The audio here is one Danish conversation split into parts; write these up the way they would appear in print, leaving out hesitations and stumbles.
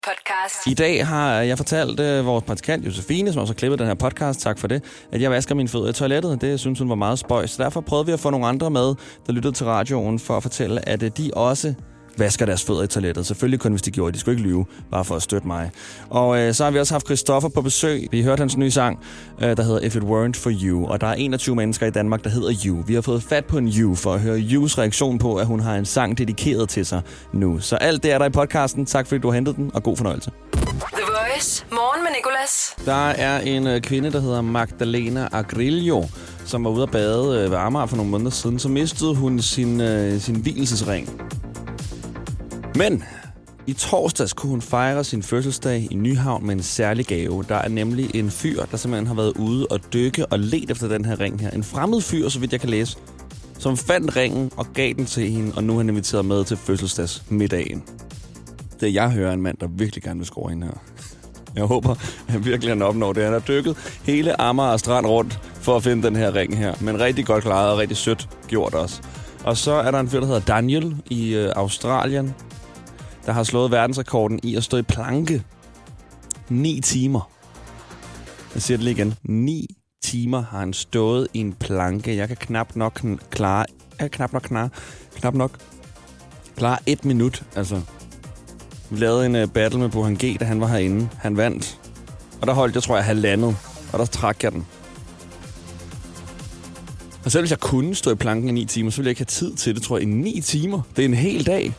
podcast. I dag har jeg fortalt vores praktikant Josefine, som også har klippet den her podcast, tak for det, at jeg vasker mine fødder i toilettet. Det synes hun var meget spøjs. Derfor prøvede vi at få nogle andre med, der lyttede til radioen, for at fortælle, at de også vasker deres fødder i toilettet. Selvfølgelig kun, hvis de gjorde. De skulle ikke lyve, bare for at støtte mig. Og så har vi også haft Christoffer på besøg. Vi hørte hans nye sang, der hedder If It Weren't For You. Og der er 21 mennesker i Danmark, der hedder You. Vi har fået fat på en You for at høre Yous reaktion på, at hun har en sang dedikeret til sig nu. Så alt det er der i podcasten. Tak fordi du har hentet den, og god fornøjelse. The Voice. Morgen med Nicolas. Der er en kvinde, der hedder Magdalena Agrillo, som var ude at bade ved Amager for nogle måneder siden. Så mistede hun sin vielsesring. Men i torsdags kunne hun fejre sin fødselsdag i Nyhavn med en særlig gave. Der er nemlig en fyr, der simpelthen har været ude og dykke og let efter den her ring her. En fremmed fyr, så vidt jeg kan læse, som fandt ringen og gav den til hende, og nu er han inviteret med til fødselsdagsmiddagen. Det jeg hører en mand, der virkelig gerne vil score hende her. Jeg håber, han virkelig opnår det. Han har dykket hele Amager Strand rundt for at finde den her ring her. Men rigtig godt klaret og rigtig sødt gjort også. Og så er der en fyr, der hedder Daniel i Australien, der har slået verdensrekorden i at stå i planke 9 timer. Jeg siger det lige igen. 9 timer har han stået i en planke. Jeg kan knap nok klare 1 minut. Altså, vi lavede en battle med Burhan G, da han var herinde. Han vandt. Og der holdt jeg, tror jeg, 1,5. Og der trak jeg den. Og selv hvis jeg kunne stå i planken i 9 timer, så ville jeg ikke have tid til det, tror jeg, i 9 timer. Det er en hel dag.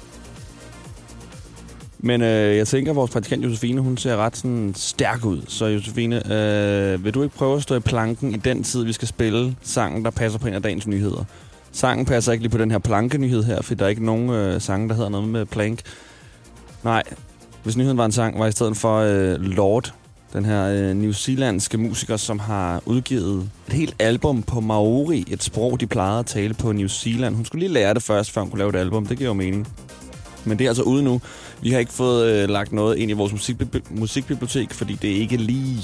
Men jeg tænker, at vores praktikant Josefine, hun ser ret sådan stærk ud. Så Josefine, vil du ikke prøve at stå i planken i den tid, vi skal spille sangen, der passer på en af dagens nyheder? Sangen passer ikke lige på den her plankenyhed her, for der er ikke nogen sange, der hedder noget med plank. Nej, hvis nyheden var en sang, var i stedet for Lord, den her newzealandske musiker, som har udgivet et helt album på Maori, et sprog, de plejede at tale på New Zealand. Hun skulle lige lære det først, før hun kunne lave et album. Det giver jo mening. Men det er altså ude nu. Vi har ikke fået lagt noget ind i vores musikbibliotek, fordi det er ikke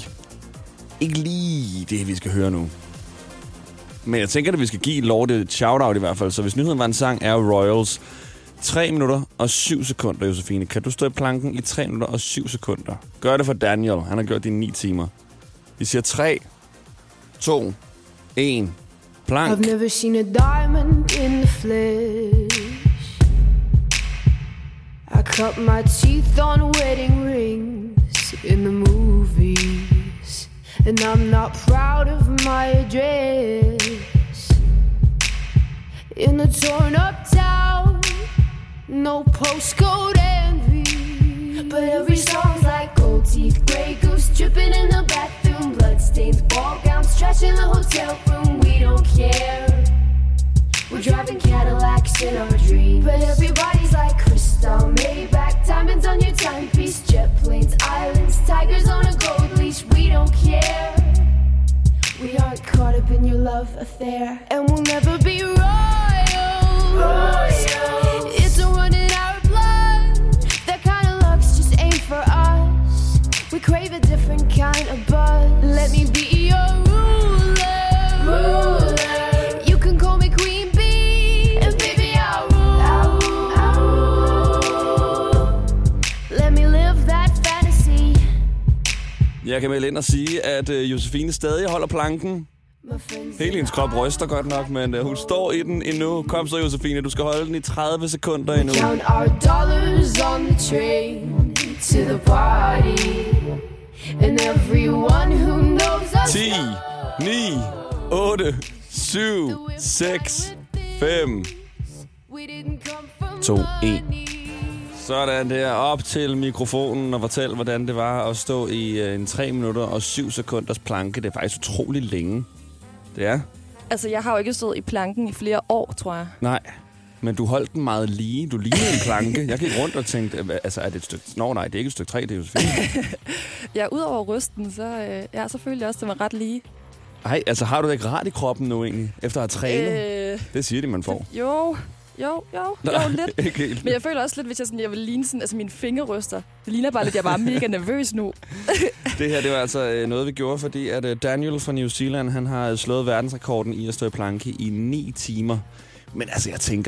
lige det, vi skal høre nu. Men jeg tænker, at vi skal give Lord et shout-out i hvert fald. Så hvis nyheden var en sang, er Royals. 3 minutter og 7 sekunder, Josefine. Kan du stå i planken i 3 minutter og 7 sekunder? Gør det for Daniel. Han har gjort det i 9 timer. Vi siger 3, 2, 1, plank. I've never seen a diamond in the flesh. I cut my teeth on wedding rings in the movies, and I'm not proud of my address. In a torn up town, no postcode envy, but every song's like gold teeth, grey goose dripping in the bathroom, bloodstains, ball gowns, trash in the hotel room. We don't care. We're driving Cadillacs in our dreams, but everybody's like crystal, Maybach, diamonds on your timepiece, jet planes, islands, tigers on a gold leash. We don't care. We aren't caught up in your love affair, and we'll never be royals. It's a run in our blood. That kind of luck's just ain't for us. We crave a different kind of buzz. Let me be your ruler. You can call me queen. Jeg kan melde ind og sige, at Josefine stadig holder planken. Hele hendes krop ryster godt nok, men hun står i den endnu. Kom så, Josefine, du skal holde den i 30 sekunder endnu. 10, 9, 8, 7, 6, 5, 2, 1. Sådan der, op til mikrofonen og fortæl, hvordan det var at stå i en 3 minutter og 7 sekunders planke. Det er faktisk utrolig længe. Det er. Altså, jeg har jo ikke stået i planken i flere år, tror jeg. Nej, men du holdt den meget lige. Du lignede en planke. Jeg gik rundt og tænkte, altså, er det et stykke... Nå, nej, det er ikke et stykke 3, det er jo selvfølgelig. Ja, udover rysten, så følte jeg også, det var ret lige. Ej, altså, har du det ikke rart i kroppen nu egentlig, efter at have trænet? Det siger de, man får. Jo, lidt. Ikke helt. Men jeg føler også lidt, hvis jeg vil ligne sådan, altså mine fingerryster. Det ligner bare lidt, jeg er bare mega nervøs nu. Det her, det var altså noget, vi gjorde, fordi at Daniel fra New Zealand, han har slået verdensrekorden i at stå i planke i 9 timer. Men altså, jeg tænker,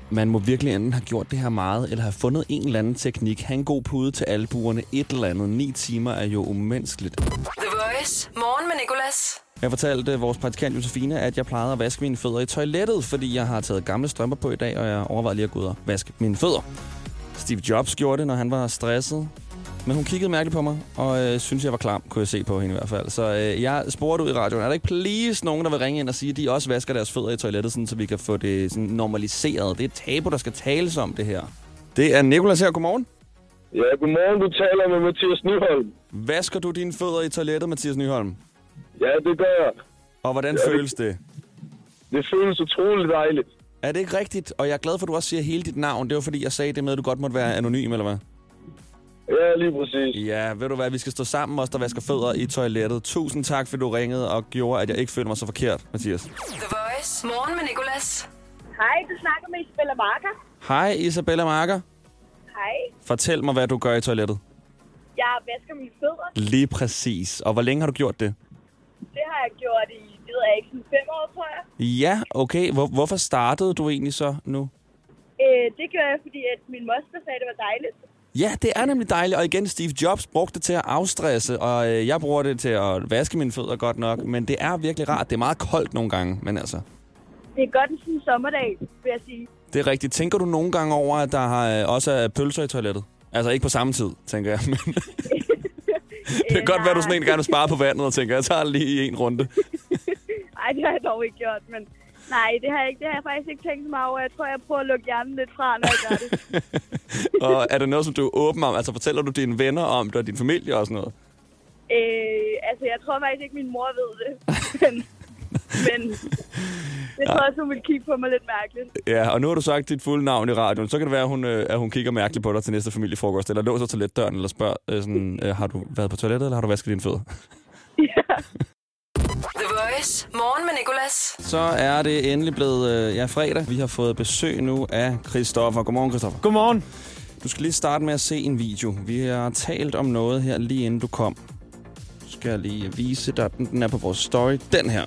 Man må virkelig enten have gjort det her meget, eller have fundet en eller anden teknik. Ha' en god pude til albuerne. Et eller andet. 9 timer er jo umenneskeligt. The Voice. Morgen med Nicolas. Jeg fortalte vores praktikant Josefine, at jeg plejede at vaske mine fødder i toilettet, fordi jeg har taget gamle strømper på i dag, og jeg overvejede lige at gå ud og vaske mine fødder. Steve Jobs gjorde det, når han var stresset. Men hun kiggede mærkeligt på mig, og synes, jeg var klam, kunne jeg se på hende i hvert fald. Så jeg spurgte ud i radioen, er der ikke please nogen, der vil ringe ind og sige, at de også vasker deres fødder i toilettet, sådan, så vi kan få det sådan normaliseret? Det er et tabu, der skal tales om det her. Det er Nicolas her. Godmorgen. Ja, godmorgen. Du taler med Mathias Nyholm. Vasker du dine fødder i toilettet, Mathias Nyholm? Ja, det gør jeg. Og hvordan føles det? Det føles utroligt dejligt. Er det ikke rigtigt? Og jeg er glad for, at du også siger hele dit navn. Det var fordi, jeg sagde det med, at du godt måtte være anonym, eller hvad? Ja, lige præcis. Ja, ved du hvad? Vi skal stå sammen, os der vasker fødder i toilettet. Tusind tak, fordi du ringede og gjorde, at jeg ikke følte mig så forkert, Mathias. The Voice. Morgen med Nicolas. Hej, du snakker med Isabella Marker. Hej, Isabella Marker. Hej. Fortæl mig, hvad du gør i toilettet. Jeg vasker mine fødder. Lige præcis. Og hvor længe har du gjort det? Det har jeg gjort i, det ved jeg ikke, sådan 5 år, tror jeg. Ja, okay. Hvorfor startede du egentlig så nu? Det gør jeg, fordi at min moster sagde, det var dejligt. Ja, det er nemlig dejligt. Og igen, Steve Jobs brugte det til at afstresse, og jeg bruger det til at vaske mine fødder godt nok. Men det er virkelig rart. Det er meget koldt nogle gange, men altså... Det er godt en sådan sommerdag, vil jeg sige. Det er rigtigt. Tænker du nogle gange over, at der også er pølser i toilettet? Altså ikke på samme tid, tænker jeg. Men det kan godt være, at du sådan en gerne vil spare på vandet, og tænker, jeg tager lige en runde. Nej, det har jeg dog ikke gjort, men... Nej, det har jeg faktisk ikke tænkt så meget over. Jeg tror, jeg prøver at lukke hjernen lidt fra, når jeg gør det. Og er det noget, som du er åben om? Altså fortæller du dine venner om det, og din familie og sådan noget? Altså, jeg tror faktisk ikke, min mor ved det. men jeg tror også, hun vil kigge på mig lidt mærkeligt. Ja, og nu har du sagt dit fulde navn i radioen. Så kan det være, at hun kigger mærkeligt på dig til næste familiefrokost, eller låser toiletdøren, eller spørger, har du været på toilettet, eller har du vasket dine fødder? Ja. The Voice. Morgen med Nicolas. Så er det endelig blevet fredag. Vi har fået besøg nu af Christoffer. Godmorgen, Christoffer. Godmorgen. Du skal lige starte med at se en video. Vi har talt om noget her lige inden du kom. Nu skal jeg lige vise dig. Den er på vores story. Den her.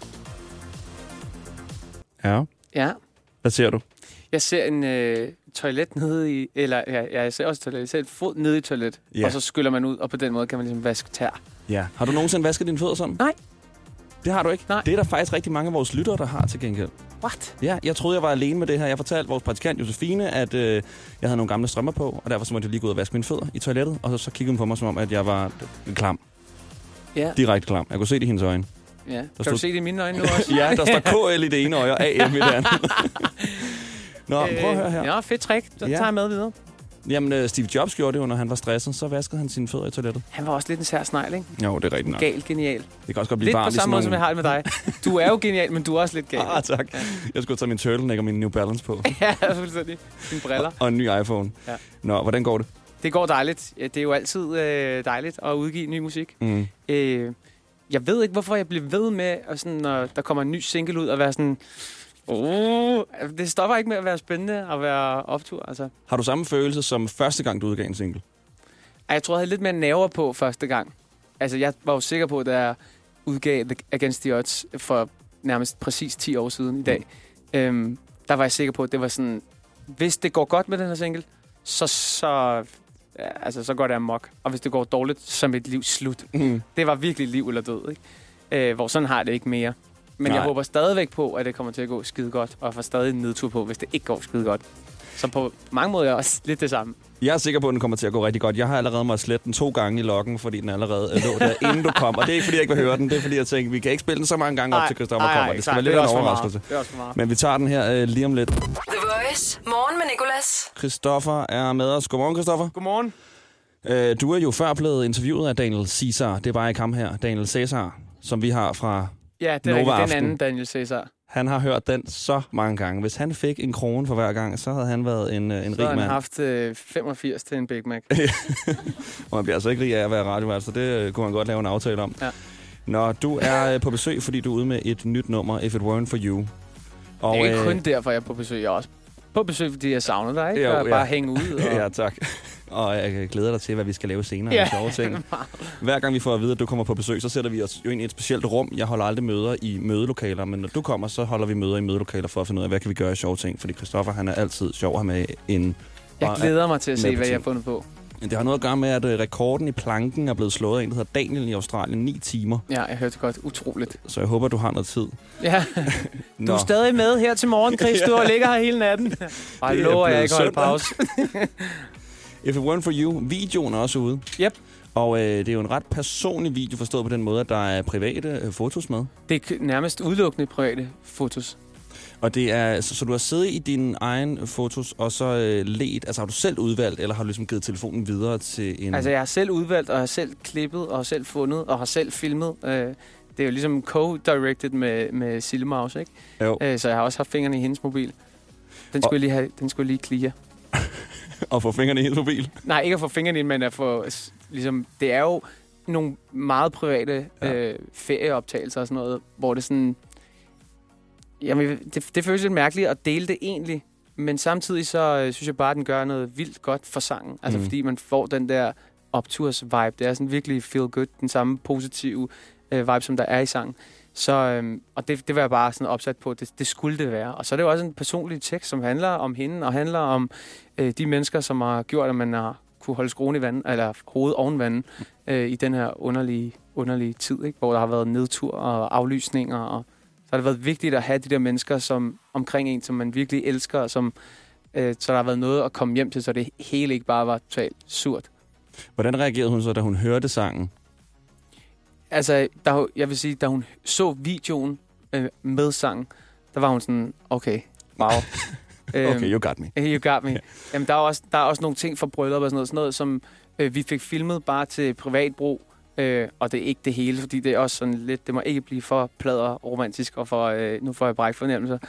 Ja. Ja. Hvad ser du? Jeg ser en toilet nede i... Eller ja, jeg ser også toilet. Jeg ser et fod nede i toilet. Ja. Og så skyller man ud, og på den måde kan man ligesom vaske tær. Ja. Har du nogensinde vasket dine fødder sådan? Nej. Det har du ikke? Nej. Det er der faktisk rigtig mange af vores lyttere, der har til gengæld. What? Ja, jeg troede, jeg var alene med det her. Jeg fortalte vores praktikant Josefine, at jeg havde nogle gamle strømper på, og derfor så måtte jeg lige gå ud og vaske mine fødder i toilettet, og så kiggede hun på mig, som om, at jeg var klam. Ja. Direkte klam. Jeg kunne se det i hendes øjne. Ja. Kan du se det i mine øjne nu også? Ja, der står KL i det ene øje og AM i det andet. Nå, prøv at høre her. Ja, fedt trick. Så tager jeg med videre. Jamen, Steve Jobs gjorde det jo, når han var stresset. Så vaskede han sine fødder i toilettet. Han var også lidt en sær snegl, ikke? Jo, det er rigtigt nok. Gal, genial. Det kan også godt blive lidt varmt. Lidt på samme måde, som jeg har det med dig. Du er jo genial, men du er også lidt gal. Tak. Ja. Jeg skulle tage min turtleneck og min New Balance på. Ja, fuldstændig. Dine briller. Og en ny iPhone. Ja. Nå, hvordan går det? Det går dejligt. Det er jo altid dejligt at udgive ny musik. Mm. Jeg ved ikke, hvorfor jeg bliver ved med, og sådan, når der kommer en ny single ud, og være sådan... det stopper ikke med at være spændende og være optur, altså. Har du samme følelse som første gang, du udgav en single? Jeg tror, jeg havde lidt mere nerver på første gang. Altså, jeg var jo sikker på, da jeg udgav Against the Odds for nærmest præcis 10 år siden i dag. Der var jeg sikker på, at det var sådan... Hvis det går godt med den her single, så går det amok. Og hvis det går dårligt, så er mit liv slut. Det var virkelig liv eller død, ikke? Hvor sådan har det ikke mere. Men jeg håber stadigvæk på, at det kommer til at gå skide godt, og får stadig en nedtur på, hvis det ikke går skide godt. Så på mange måder er også lidt det samme. Jeg er sikker på, at den kommer til at gå rigtig godt. Jeg har allerede måttet slette den 2 gange i loggen, fordi den allerede lå der, inden du kom. Og det er ikke, fordi jeg ikke vil høre den. Det er, fordi jeg tænker, vi kan ikke spille den så mange gange op til Christoffer kommer. Det skal være lidt af en overraskelse. Men vi tager den her lige om lidt. The Voice. Morgen med Nicolas. Christoffer er med os. Godmorgen, Christoffer. Godmorgen. Du er jo før blevet interviewet af Daniel Caesar. Det er bare ikke ham her. Daniel Caesar, som vi har fra Ja, det er Nova den anden Daniel Caesar. Han har hørt den så mange gange. Hvis han fik 1 krone for hver gang, så havde han været en rig mand. Så havde han haft 85 til en Big Mac. Og man bliver altså ikke rig af at være radiovært, så det kunne man godt lave en aftale om. Ja. Nå, du er på besøg, fordi du er ude med et nyt nummer, If It Weren't For You. Og, det er ikke kun derfor, jeg er på besøg. Jeg er også på besøg, fordi jeg savner dig, ikke? Bare hænge ud. Og... Ja, tak. Og jeg glæder dig til, hvad vi skal lave senere. Ja. Sjove ting. Hver gang vi får at vide, at du kommer på besøg, så sætter vi os jo ind i et specielt rum. Jeg holder aldrig møder i mødelokaler, men når du kommer, så holder vi møder i mødelokaler for at finde ud af, hvad kan vi gøre af sjove ting. Fordi Christoffer, han er altid sjov at have med en... Jeg glæder mig til at se, hvad jeg har fundet på. Det har noget at gøre med, at rekorden i planken er blevet slået af en, der hedder Daniel i Australien. 9 timer. Ja, jeg hørte det godt. Utroligt. Så jeg håber, du har noget tid. Ja. Du er stadig med her til morgen, Chris. Du ligger her hele natten. Og jeg lover, jeg ikke holder pause. If It Weren't For You. Videoen er også ude. Yep. Og det er jo en ret personlig video, forstået på den måde, at der er private fotos med. Det er nærmest udelukkende private fotos. Og det er, så du har siddet i dine egen fotos, og så ledt, altså har du selv udvalgt, eller har du ligesom givet telefonen videre til en... Altså jeg har selv udvalgt, og har selv klippet, og har selv fundet, og har selv filmet. Det er jo ligesom co-directed med Sille Maus, ikke? Jo. Så jeg har også haft fingrene i hendes mobil. Den skulle jeg lige clear. Og få fingrene i hendes mobil? Nej, ikke at få fingrene i, men at få... Ligesom, det er jo nogle meget private ferieoptagelser og sådan noget, hvor det sådan... Jamen, det føles lidt mærkeligt at dele det egentlig, men samtidig så synes jeg bare, at den gør noget vildt godt for sangen. Altså fordi man får den der opturs-vibe. Det er sådan virkelig feel good, den samme positive vibe, som der er i sangen. Så, og det var jeg bare sådan opsat på, det skulle det være. Og så er det jo også en personlig tekst, som handler om hende, og handler om de mennesker, som har gjort, at man har kunne holde skruen i vandet, eller hovedet oven vandet, i den her underlige tid, ikke? Hvor der har været nedtur og aflysninger, og så har det været vigtigt at have de der mennesker som omkring en, som man virkelig elsker, og som, så der har været noget at komme hjem til, så det hele ikke bare var totalt surt. Hvordan reagerede hun så, da hun hørte sangen? Altså, jeg vil sige, da hun så videoen med sangen, der var hun sådan, okay, wow. Okay, you got me. You got me. Jamen, der er også nogle ting fra bryllup og sådan noget som vi fik filmet bare til privat brug, og det er ikke det hele, fordi det er også sådan lidt, det må ikke blive for plader romantisk, og for, nu får jeg bræk fornemmelser.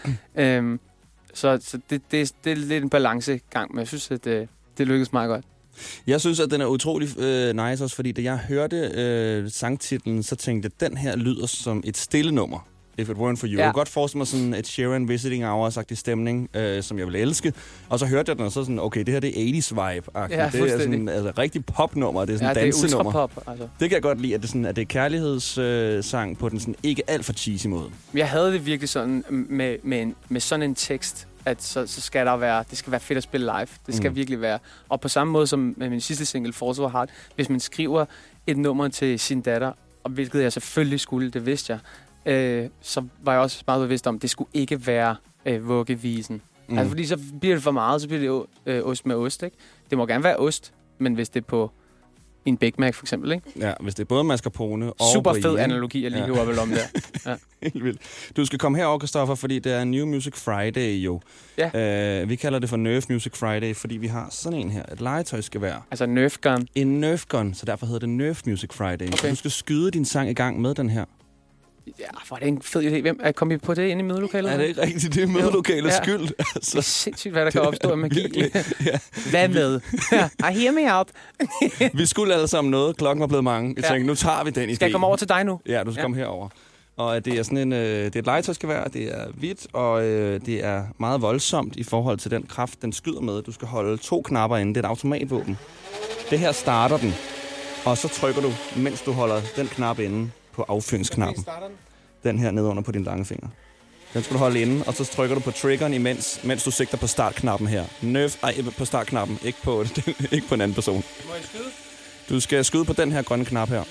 Så det er lidt en balancegang, men jeg synes, at det lykkedes meget godt. Jeg synes, at den er utrolig nice også, fordi da jeg hørte sangtitlen, så tænkte jeg, at den her lyder som et stille nummer. If It Weren't For You. Ja. Jeg kunne godt forestille mig sådan et Sheeran Visiting Hours-agtig stemning, som jeg ville elske. Og så hørte jeg den, og så sådan, okay, det her det er 80's vibe-agtigt. Ja, det er sådan altså, rigtig popnummer, det er sådan dansenummer. Det er ultra-pop, altså. Det kan jeg godt lide, at det, sådan, at det er kærlighedssang på den sådan ikke alt for cheesy måde. Jeg havde det virkelig sådan med sådan en tekst, at så skal der være, det skal være fedt at spille live. Det skal virkelig være. Og på samme måde som med min sidste single, Force of Heart, hvis man skriver et nummer til sin datter, og hvilket jeg selvfølgelig skulle, det vidste jeg, så var jeg også meget bevidst om, at det skulle ikke være vuggevisen. Altså fordi så bliver det for meget, så bliver det ost med ost, ikke? Det må gerne være ost, men hvis det er på en Big Mac for eksempel, ikke? Ja, hvis det er både mascarpone og super fed analogi, jeg lige hiver vel om der. Ja. Helt vildt. Du skal komme herover, Christoffer, fordi det er New Music Friday jo. Ja. Vi kalder det for Nerf Music Friday, fordi vi har sådan en her, et legetøjsgevær. Altså Nerf gun. En Nerf gun, så derfor hedder det Nerf Music Friday. Okay. Så du skal skyde din sang i gang med den her. Ja, hvor er det en fed idé. Hvem kom I på det inde i mødelokalet? Er det ikke rigtigt? Det er mødelokalets skyld. Altså. Det er sindssygt, hvad der kan opstå af magi. Ja. Hvad med? I hear me out. Vi skulle alle sammen noget. Klokken var blevet mange. Jeg tænkte, nu tager vi den idé. Skal jeg komme over til dig nu? Ja, du skal komme herover. Og det er sådan det er et legetøjsgevær. Det er hvidt, og det er meget voldsomt i forhold til den kraft, den skyder med. Du skal holde 2 knapper inde. Det er et automatvåben. Det her starter den. Og så trykker du, mens du holder den knap inde på affyringsknappen. Den her nede under på din lange finger. Den skal du holde inde, og så trykker du på triggeren imens du sigter på startknappen her. På startknappen, ikke på en anden person. Må jeg skyde? Du skal skyde på den her grønne knap her.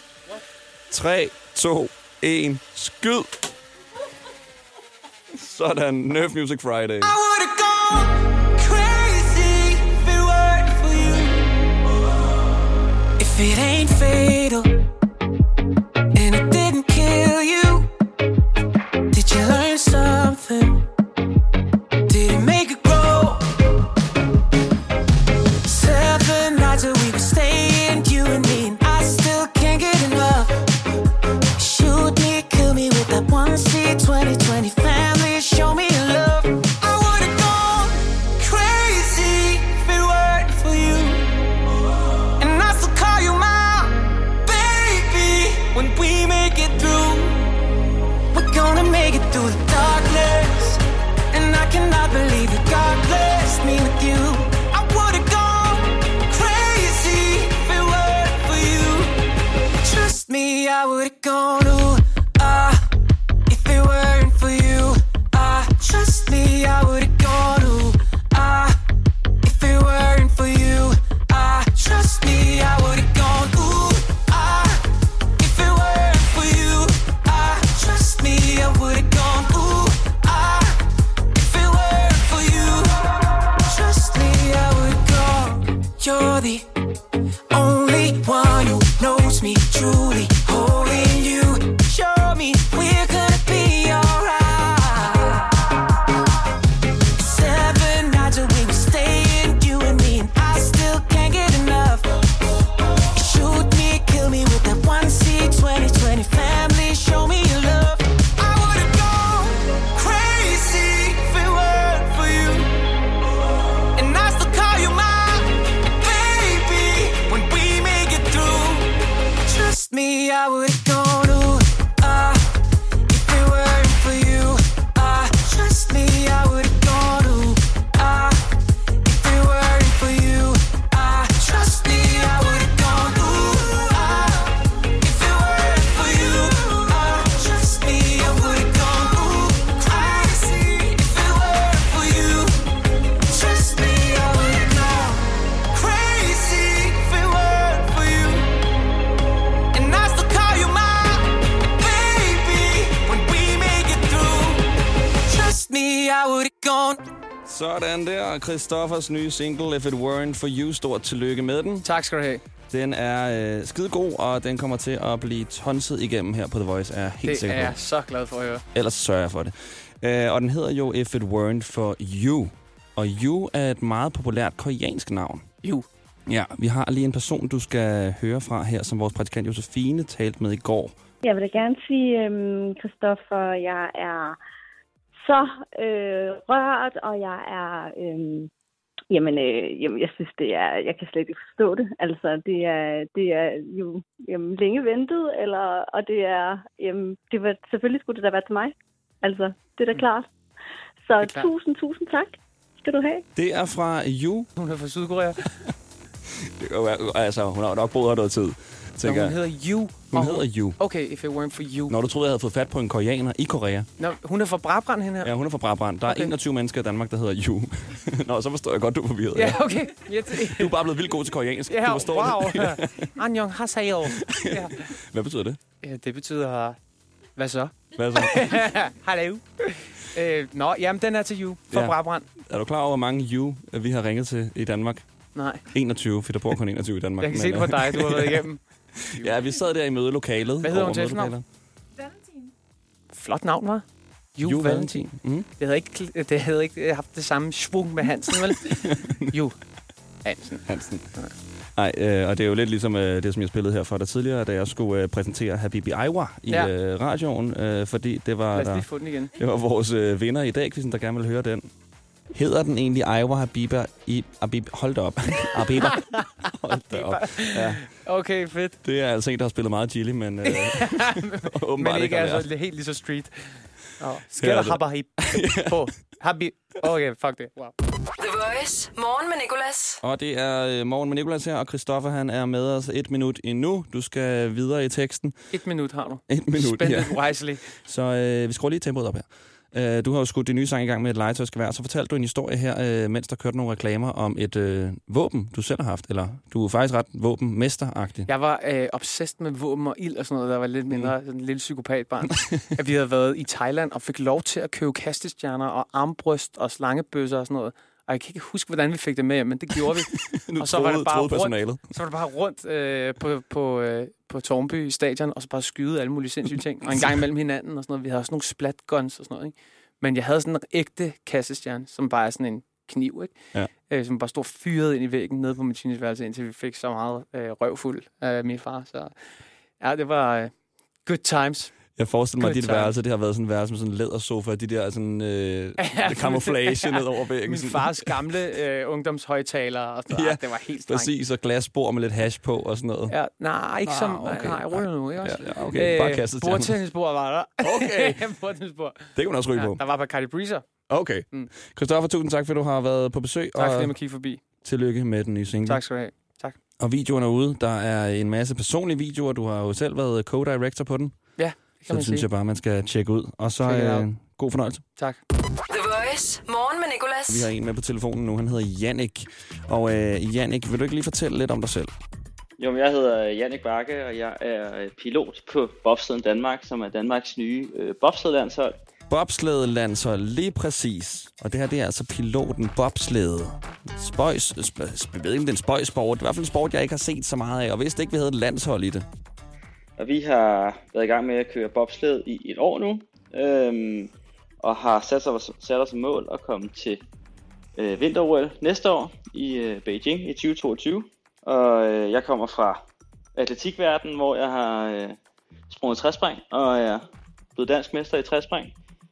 3, 2, 1, skyd! Sådan, Nerf Music Friday. If it ain't fatal, and it didn't kill you, did you learn something? Did it make it grow? 7 nights a week we staying, you and me, and I still can't get enough. Shoot me, kill me with that 1C 2020 family, show me love. I would've gone crazy if it weren't for you. When we make it through, we're gonna make it through the darkness. And I cannot believe that God blessed me with you. I would've gone crazy. I would've gone, ooh, if it weren't for you. Trust me, I would've gone, ooh, if it weren't for you. Trust me, I would've gone, ooh, if it weren't for you. Trust me, I would've gone, ooh, if it weren't for you. Trust me, I would've gone. You're the only one who knows me truly, holding you. Show me we're gonna be alright. 7 nights a week we staying, you and me, and I still can't get enough. Shoot me, kill me with that 1C 2020 family. Show me your love. I would've gone crazy if it weren't for you, and I still call you mine, baby, when we make it through. Trust me, I would've gone, ooh, if it weren't for you. Trust me, I would've gone, ooh, if it weren't for you. Trust me, I would've gone, ooh, if it weren't for you. Trust me, I would've gone, ooh, crazy if it weren't for you. Trust me, I would've gone crazy if it weren't for you, and I still call you mine, baby, when we make it through. Trust me, I would've gone. Sådan der. Christoffers nye single, If It Weren't For You. Stort tillykke med den. Tak skal du have. Den er skidegod, og den kommer til at blive tonset igennem her på The Voice, er jeg helt sikker Det er på. jeg så glad for at høre. Ellers sørger jeg for det. Og den hedder jo If It Weren't For You. Og You er et meget populært koreansk navn. You. Ja, vi har lige en person, du skal høre fra her, som vores praktikant Josefine talte med i går. Jeg vil da gerne sige, Christoffer, jeg er så rørt, og jeg er... Jamen, jeg synes, det er... Jeg kan slet ikke forstå det. Altså, det er jo længe ventet, og det er... det var, selvfølgelig skulle det da være til mig. Altså, det er da klart. Så klart. tusind tak skal du have. Det er fra You. Hun er fra Sydkorea. Altså, hun har nok boet her noget tid. Nå, hun hedder You. Hun hedder You. Okay, If It Weren't For You. Når du troede, jeg havde fået fat på en koreaner i Korea. Nå, hun er fra Brabrand, hende her? Ja, hun er fra Brabrand. Der er 21 mennesker i Danmark, der hedder You. Nå, så forstår jeg godt, du er forvirret. Ja, okay. Du er bare blevet vildt god til koreansk. Ja, Du forstår wow. det. Annyeong haseyo. Ja. Hvad betyder det? Ja, det betyder... Hvad så? Hvad så? Hallo. Nå, jamen, den er til You fra Ja. Brabrand. Er du klar over, hvor mange You vi har ringet til i Danmark? Nej. 21, for der bor kun 21 i Danmark. Jeg kan se det på dig, du har været igennem. Ja, vi sad der i mødelokalet. Hvad hedder hun over til efternavn? mødelokalet. Flot navn, hva'? You Valentin. Mm. Det havde ikke haft det samme svung med Hansen, vel? You Hansen. Nej, og det er jo lidt ligesom det, som jeg spillede her for dig tidligere, da jeg skulle præsentere Habibi Aiwa i radioen, fordi det var, Lad os lige få den igen. Det var vores vinder i dag, quizzen, der gerne vil høre den. Hedder den egentlig Aiwa Habiba i Abib? Hold da op. Abiba. Hold da op. Ja. Okay, fedt. Det er altså en, der har spillet meget chili, men åbenbart men ikke altså altså helt lige så street. Skal der habahib på? Habib. Okay, fuck det. Wow. The Voice. Morgen med Nicolas. Og det er morgen med Nicolas her, og Christoffer han er med os 1 minut endnu. Du skal videre i teksten. 1 minut har du. 1 minut, Spend it wisely. Så vi skruer lige tempoet op her. Du har jo skudt din nye sang i gang med et legetøjsgevær. Så fortalte du en historie her, mens der kørte nogle reklamer om et våben, du selv har haft. Eller du er faktisk ret våbenmesteragtig. Jeg var obsessed med våben og ild og sådan noget. Der var lidt mindre sådan en lille psykopatbarn. At vi havde været i Thailand og fik lov til at købe kastestjerner og armbryst og slangebøsser og sådan noget. Og jeg kan ikke huske, hvordan vi fik det med, men det gjorde vi. Og så var det bare rundt på Tårnby Stadion, og så bare skyde alle mulige sindssyge ting. Og en gang imellem hinanden og sådan noget. Vi havde også nogle splatguns og sådan noget, ikke? Men jeg havde sådan en ægte kastestjerne, som bare er sådan en kniv, ikke? Ja. Som bare stod fyret ind i væggen nede på min teenageværelse, indtil vi fik så meget røvfuld af min far. Så ja, det var good times. Jeg forestiller mig, at dit værelse, det har været sådan en værelse med sådan en lædersofa, de der sådan camouflage ned over væggen. Min fars gamle ungdomshøjtaler og sådan noget. Det var helt strengt. Præcis, og glasbord med lidt hash på og sådan noget. Ja, nej, ikke som... Okay. Nej, ruller nu, ikke også? Ja, okay, bare kastet til ham. Bordtennisbord var der. Okay. Bordtennisbord. Det kan man også ryge på. Der var Bacardi Breezer. Okay. Christoffer, tusind tak, for du har været på besøg. Tak for det med at kigge forbi. Tillykke med den nye single. Tak skal du have. Tak. Og videoen er ude. Der er en masse personlige videoer. Du har jo selv været co-director på den. Ja, så det synes jeg bare, man skal tjekke ud. Og så god fornøjelse. Tak. The Voice. Morgen med Nicolas. Vi har en med på telefonen nu. Han hedder Jannik. Og Jannik, vil du ikke lige fortælle lidt om dig selv? Jo, men jeg hedder Jannik Bakke, og jeg er pilot på Bobsleden Danmark, som er Danmarks nye bobsledlandshold. Bobsledelandshold, lige præcis. Og det her, det er altså piloten bobslede. Spøjs, jeg ved ikke, om det er en spøjsport. Det er i hvert fald en sport, jeg ikke har set så meget af, og vidste ikke, vi havde et landshold i det. Og vi har været i gang med at køre bobsled i et år nu, og har sat os som mål at komme til vinter-OL næste år i Beijing i 2022. Og jeg kommer fra atletikverdenen, hvor jeg har sprunget træspring, og er blevet dansk mester i træspring.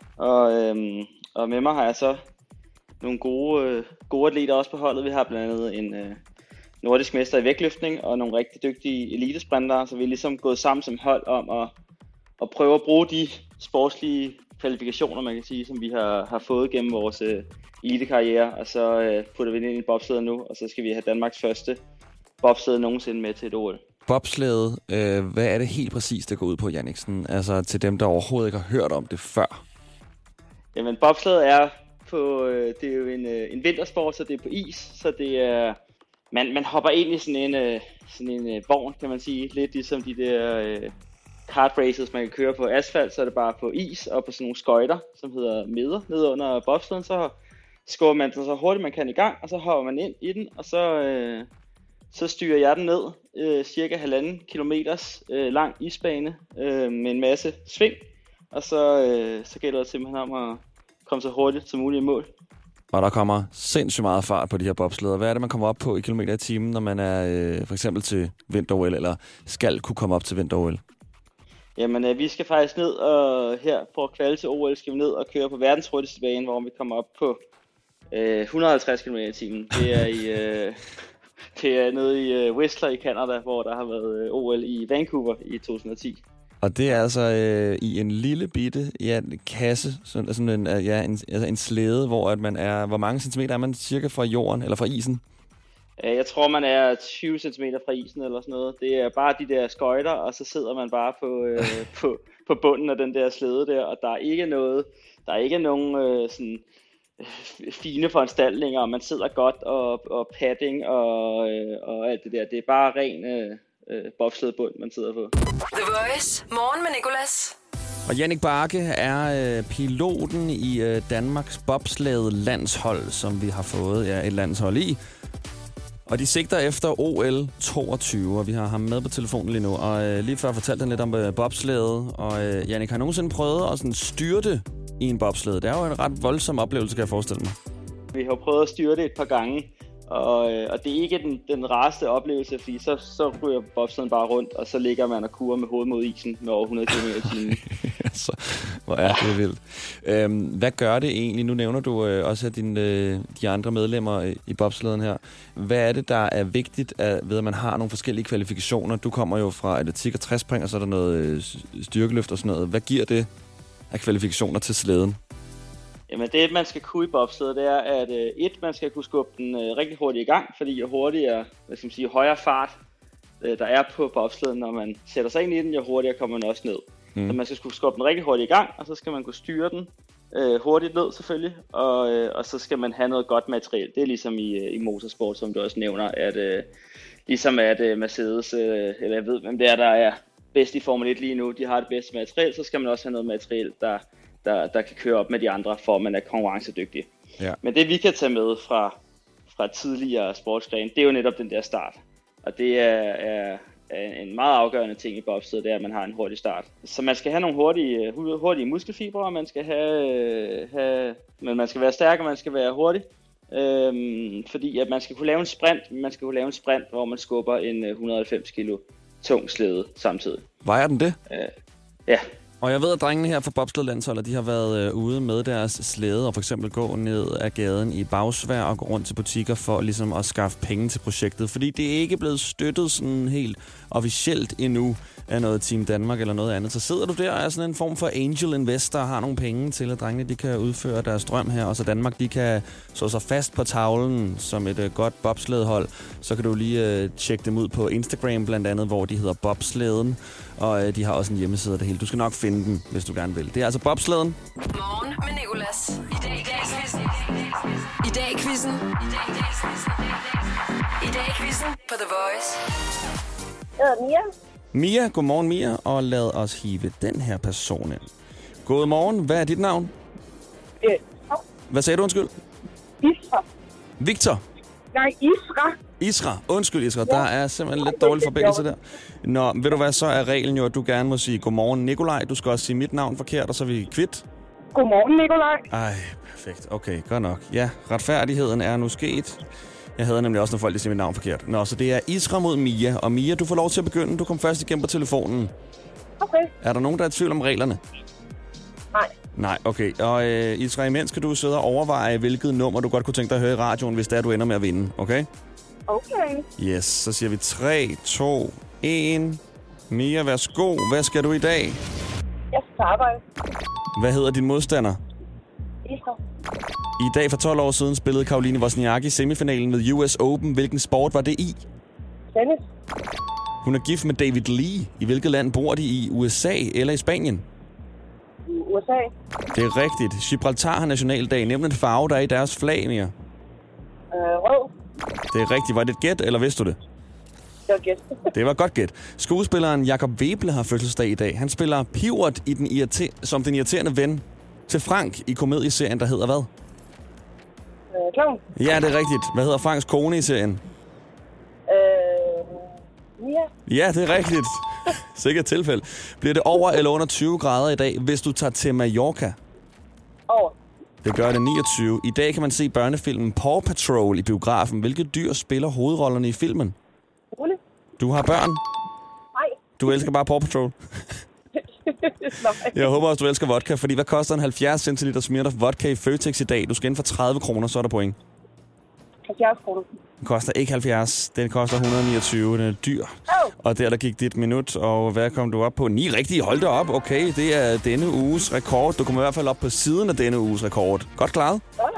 Og med mig har jeg så nogle gode atleter også på holdet. Vi har blandt andet en nordisk mester i vægtløftning og nogle rigtig dygtige elitesprintere, så vi er ligesom gået sammen som hold om at prøve at bruge de sportslige kvalifikationer, man kan sige, som vi har fået gennem vores elitekarriere, og så putter vi det ind i bobslæder nu, og så skal vi have Danmarks første bobslæde nogensinde med til et OL. Bobslæde, hvad er det helt præcis, der går ud på, Janniksen? Altså til dem, der overhovedet ikke har hørt om det før. Jamen, bobslæde er det er jo en vintersport, så det er på is, så det er man hopper ind i sådan en vogn, kan man sige, lidt ligesom de der kart races, man kan køre på asfalt, så er det bare på is og på sådan nogle skøjter, som hedder midder, nede under bobslæden, så skubber man den så hurtigt man kan i gang, og så hopper man ind i den, og så styrer jeg den ned, cirka 1,5 kilometers lang isbane med en masse sving, og så gælder det simpelthen om at komme så hurtigt som muligt i mål. Og der kommer sindssygt meget fart på de her bobslæder. Hvad er det, man kommer op på i kilometer i timen, når man er for eksempel til vinter-OL, eller skal kunne komme op til vinter-OL? Jamen, vi skal faktisk ned, og her for at kvalde til OL skal vi ned og køre på verdens hurtigste bane, hvor vi kommer op på 150 km i timen. Det er nede i Whistler i Canada, hvor der har været OL i Vancouver i 2010. Og det er altså i en lille bitte kasse, sådan en slæde, hvor at man er, hvor mange centimeter er man cirka fra jorden eller fra isen? Jeg tror, man er 20 cm fra isen eller sådan noget. Det er bare de der skøjter, og så sidder man bare på bunden af den der slæde der, og der er ikke nogen sådan fine foranstaltninger, og man sidder godt og padding og alt det der. Det er bare ren bobslædebund, man sidder på. The Voice. Morgen med Nicolas. Og Jannik Bakke er piloten i Danmarks bobslædelandshold, som vi har fået et landshold i. Og de sigter efter OL 22, og vi har ham med på telefonen lige nu. Og lige før fortalte han lidt om bobslæde, og Jannik har nogensinde prøvet at sådan styrte i en bobslæde. Det er jo en ret voldsom oplevelse, kan jeg forestille mig. Vi har prøvet at styre det et par gange, og det er ikke den rareste oplevelse, fordi så ryger bobslæden bare rundt, og så ligger man og kurer med hovedet mod isen med over 100 km/t. Hvor er det vildt. Hvad gør det egentlig? Nu nævner du også de andre medlemmer i bobslæden her. Hvad er det, der er vigtigt ved, at man har nogle forskellige kvalifikationer? Du kommer jo fra atletik og træspring, og så er der noget styrkeløft og sådan noget. Hvad giver det af kvalifikationer til slæden? Jamen det, man skal kunne i bobslæde, det er, at man skal kunne skubbe den rigtig hurtigt i gang, fordi jo hurtigere, højere fart der er på bobslæden, når man sætter sig ind i den, jo hurtigere kommer man også ned. Så man skal kunne skubbe den rigtig hurtigt i gang, og så skal man kunne styre den hurtigt ned selvfølgelig, og så skal man have noget godt materiel. Det er ligesom i motorsport, som du også nævner, at ligesom at Mercedes, eller jeg ved hvem det er, der er bedst i Formel 1 lige nu, de har det bedste materiel, så skal man også have noget materiel, der kan køre op med de andre, for at man er konkurrencedygtig. Ja. Men det vi kan tage med fra tidligere sportsgrene, det er jo netop den der start. Og det er en meget afgørende ting i bobsled, det er, at man har en hurtig start. Så man skal have nogle hurtige muskelfibre, man skal men man skal være stærk, og man skal være hurtig. Fordi at man skal kunne lave en sprint, hvor man skubber en 190 kilo tung slæde samtidig. Vejer den det? Ja. Og jeg ved, at drengene her fra bobsledlandsholdet, de har været ude med deres slæde og for eksempel gå ned ad gaden i Bagsvær og gå rundt til butikker for ligesom at skaffe penge til projektet. Fordi det er ikke blevet støttet sådan helt officielt endnu af noget Team Danmark eller noget andet. Så sidder du der og er sådan en form for angel investor og har nogle penge til, at drengene de kan udføre deres drøm her, og så Danmark de kan så sig fast på tavlen som et godt bobslædehold. Så kan du lige tjekke dem ud på Instagram blandt andet, hvor de hedder Bobslæden, og de har også en hjemmeside af det hele. Du skal nok finde den, hvis du gerne vil. Det er altså Bobslæden. Morgen med Nicolas. I dag i quizzen. I dag i quizzen på The Voice. Jeg hedder Mia. Mia, godmorgen Mia, og lad os hive den her person ind. Godmorgen, hvad er dit navn? Hvad sagde du, undskyld? Isra. Victor? Nej, Isra. Isra. Undskyld, Isra. Ja. Der er simpelthen lidt dårlig forbindelse der. Nå, ved du hvad, så er reglen jo, at du gerne må sige godmorgen Nikolaj. Du skal også sige mit navn forkert, og så er vi kvit. Godmorgen, Nikolaj. Ej, perfekt. Okay, godt nok. Ja, retfærdigheden er nu sket. Jeg havde nemlig også, når folk siger mit navn forkert. Nå, så det er Isra mod Mia. Og Mia, du får lov til at begynde. Du kom først igennem på telefonen. Okay. Er der nogen, der er i tvivl om reglerne? Nej. Nej, okay. Og Isra, imens kan du sidde og overveje, hvilket nummer du godt kunne tænke dig at høre i radioen, hvis det er, du ender med at vinde. Okay? Okay. Yes, så siger vi 3, 2, 1. Mia, værsgo. Hvad skal du i dag? Jeg skal arbejde. Hvad hedder din modstander? Isra. I dag for 12 år siden spillede Caroline Wozniacki semifinalen ved US Open. Hvilken sport var det i? Tennis. Hun er gift med David Lee. I hvilket land bor de? I USA eller i Spanien? I USA. Det er rigtigt. Gibraltar har nationaldag. Nævn en farve, der er i deres flag, Mia. Rød. Det er rigtigt. Var det et gæt, eller vidste du det? Det var gæt. Det var godt gæt. Skuespilleren Jakob Weble har fødselsdag i dag. Han spiller Pivot i som den irriterende ven til Frank i komedieserien, der hedder hvad? Klovn. Ja, det er rigtigt. Hvad hedder Franks kone i serien? Mia. Ja, det er rigtigt. Sikkert tilfælde. Bliver det over eller under 20 grader i dag, hvis du tager til Mallorca? Over. Det gør det 29. I dag kan man se børnefilmen Paw Patrol i biografen. Hvilket dyr spiller hovedrollerne i filmen? Rulle. Du har børn? Nej. Du elsker bare Paw Patrol? Jeg håber også, du elsker vodka, fordi hvad koster en 70 centiliter Smirnoff vodka i Føtex i dag? Du skal ind for 30 kroner, så er der point. 70 kroner. Den koster ikke 70, den koster 129, den er dyr. Og der gik dit minut, og hvad kom du op på? 9 rigtige, hold da op. Okay, det er denne uges rekord. Du kommer i hvert fald op på siden af denne uges rekord. Godt klaret?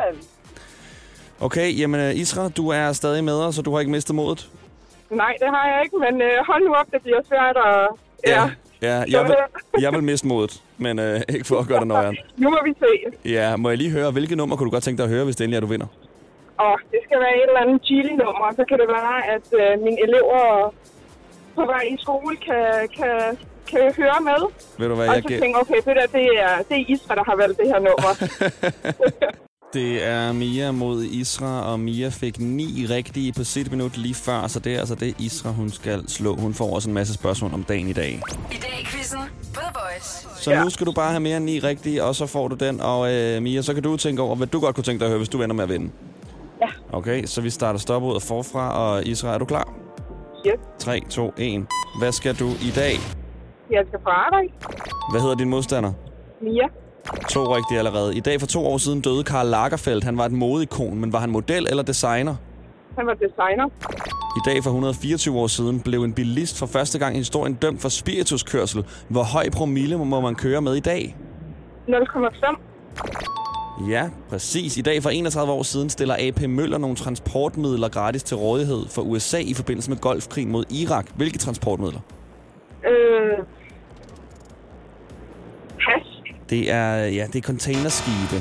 Okay, jamen Isra, du er stadig med os, så du har ikke mistet modet? Nej, det har jeg ikke, men hold nu op, det bliver svært at... Ja, jeg vil miste modet, men ikke for at gøre det noget. Nu må vi se. Ja, må jeg lige høre, hvilket nummer kunne du godt tænke dig at høre, hvis det endelig er, du vinder? Det skal være et eller andet Chili-nummer, så kan det være, at mine elever på vej i skole kan høre med. Ved du hvad, og så tænker okay, det er Isra, der har valgt det her nummer. Det er Mia mod Isra, og Mia fik 9 rigtige på sit minut lige før, så det er altså det Isra, hun skal slå. Hun får også en masse spørgsmål om dagen i dag. I dag i quizzen på The Voice. Så nu skal du bare have mere end 9 rigtige, og så får du den. Og Mia, så kan du tænke over, hvad du godt kunne tænke dig at høre, hvis du ender med at vinde. Ja. Okay, så vi starter stopuddet forfra, og Isra, er du klar? Yes. 3, 2, 1. Hvad skal du i dag? Jeg skal på arbejde. Hvad hedder din modstander? Mia. 2 rigtige allerede. I dag for 2 år siden døde Karl Lagerfeld. Han var et modeikon, men var han model eller designer? Han var designer. I dag for 124 år siden blev en bilist for første gang i historien dømt for spirituskørsel. Hvor høj promille må man køre med i dag? 0,5. Ja, præcis. I dag for 31 år siden stiller AP Møller nogle transportmidler gratis til rådighed for USA i forbindelse med Golfkrigen mod Irak. Hvilke transportmidler? Det er containerskibe.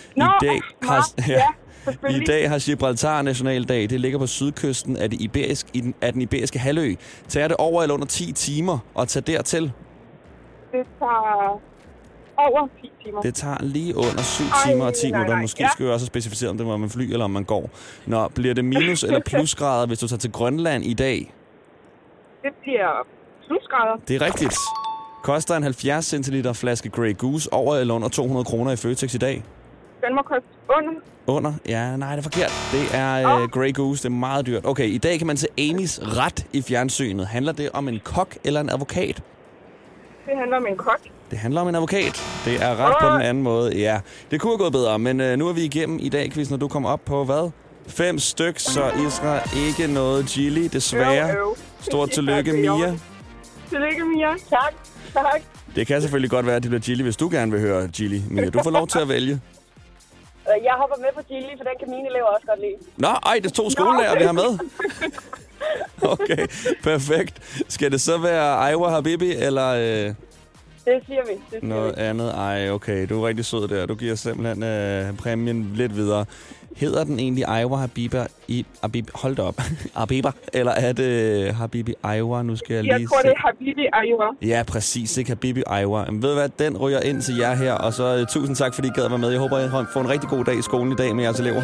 I dag har Gibraltar nationaldag. Det ligger på sydkysten af den iberiske halvø. Tager det over eller under 10 timer at tage dertil? Det tager over 10 timer. Det tager lige under 7 timer og 10 minutter. Måske skal jeg også specificere, om det var med fly eller om man går. Nå, bliver det minus- eller plusgrader, hvis du tager til Grønland i dag? Det bliver plusgrader. Det er rigtigt. Koster en 70 centiliter flaske Grey Goose over eller under 200 kroner i Føtex i dag? Den må koste under. Under? Ja, nej, det er forkert. Det er Grey Goose. Det er meget dyrt. Okay, i dag kan man se Amys ret i fjernsynet. Handler det om en kok eller en advokat? Det handler om en kok. Det handler om en advokat. Det er ret på den anden måde. Ja, det kunne have gået bedre, men nu er vi igennem i dag, Quiz, når du kommer op på hvad? 5 stykker, så Isra ikke noget chili, desværre. Stort tillykke, Mia. Tillykke, Mia. Tak. Tak. Det kan selvfølgelig godt være, at det bliver Gilly, hvis du gerne vil høre Gilly. Mia, du får lov til at vælge. Jeg hopper med på Gilly, for den kan mine elever også godt lide. Nå, ej, det er 2 skolelærer, vi har med. Okay, perfekt. Skal det så være Aiwa Habibi, eller... Det siger vi. Noget andet? Ej, okay. Du er rigtig sød der. Du giver simpelthen præmien lidt videre. Hedder den egentlig Aiwa Habiba hold da op. Habiba? Eller er det Habibi Aiwa? Nu skal jeg lige tror, det er Habibi Aiwa. Ja, præcis. Ikke Habibi Aiwa. Men ved du hvad? Den ryger ind til jer her. Og så tusind tak, fordi I gad være med. Jeg håber, I får en rigtig god dag i skolen i dag med jeres elever.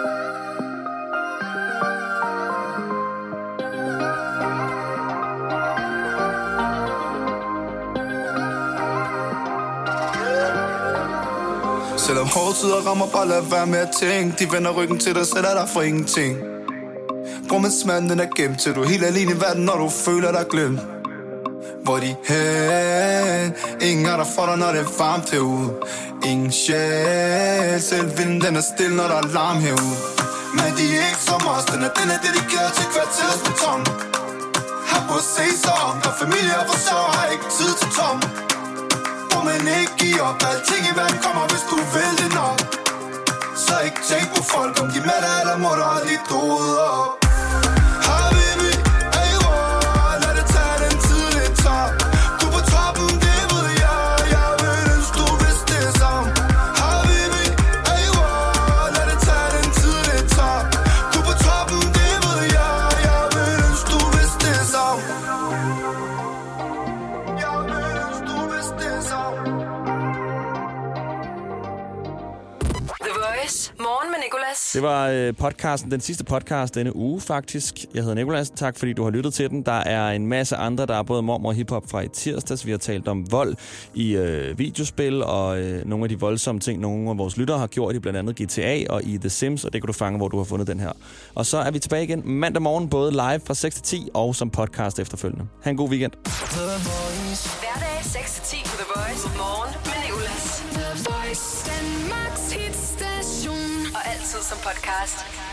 Selvom hårde tider rammer, bare lad være med at tænke. De vender ryggen til dig, sætter dig for ingenting. Brummedsmanden den er gemt, til du er helt alene i verden, når du føler dig glemt. Hvor de hen? Ingen er der for dig, når det er varmt herude. Ingen sjæl, selv vinden den er stille, når der er larm herude. Men de er ikke som os, den er dedikeret til kvarterets beton. Har på at se sig om, der familie og forsørger har ikke tid til tom. Men ikke give op, alting i verden kommer, hvis du vil det nok. Så ikke tænk på folk, om de med dig, eller må du holde dit hoved op. Habibi, Aiwa, lad det tage den tid, det tager. Du på toppen, det ved jeg vil ønske, du vidste det som. Habibi, Aiwa, lad det tage den tid, det tager. Du på toppen, det ved jeg vil ønske, du vidste det som. Morgen med Nicolas. Det var podcasten, den sidste podcast denne uge faktisk. Jeg hedder Nicolas. Tak fordi du har lyttet til den. Der er en masse andre. Der er både mormor og hiphop fra i tirsdags. Vi har talt om vold i videospil og nogle af de voldsomme ting, nogle af vores lyttere har gjort i blandt andet GTA og i The Sims, og det kan du fange, hvor du har fundet den her. Og så er vi tilbage igen mandag morgen, både live fra 6 til 10 og som podcast efterfølgende. Ha' en god weekend. Hverdag 6 til 10 på The Voice. Morgen med Nicolas. The Voice. Danmarks hitstation. Og altid som podcast.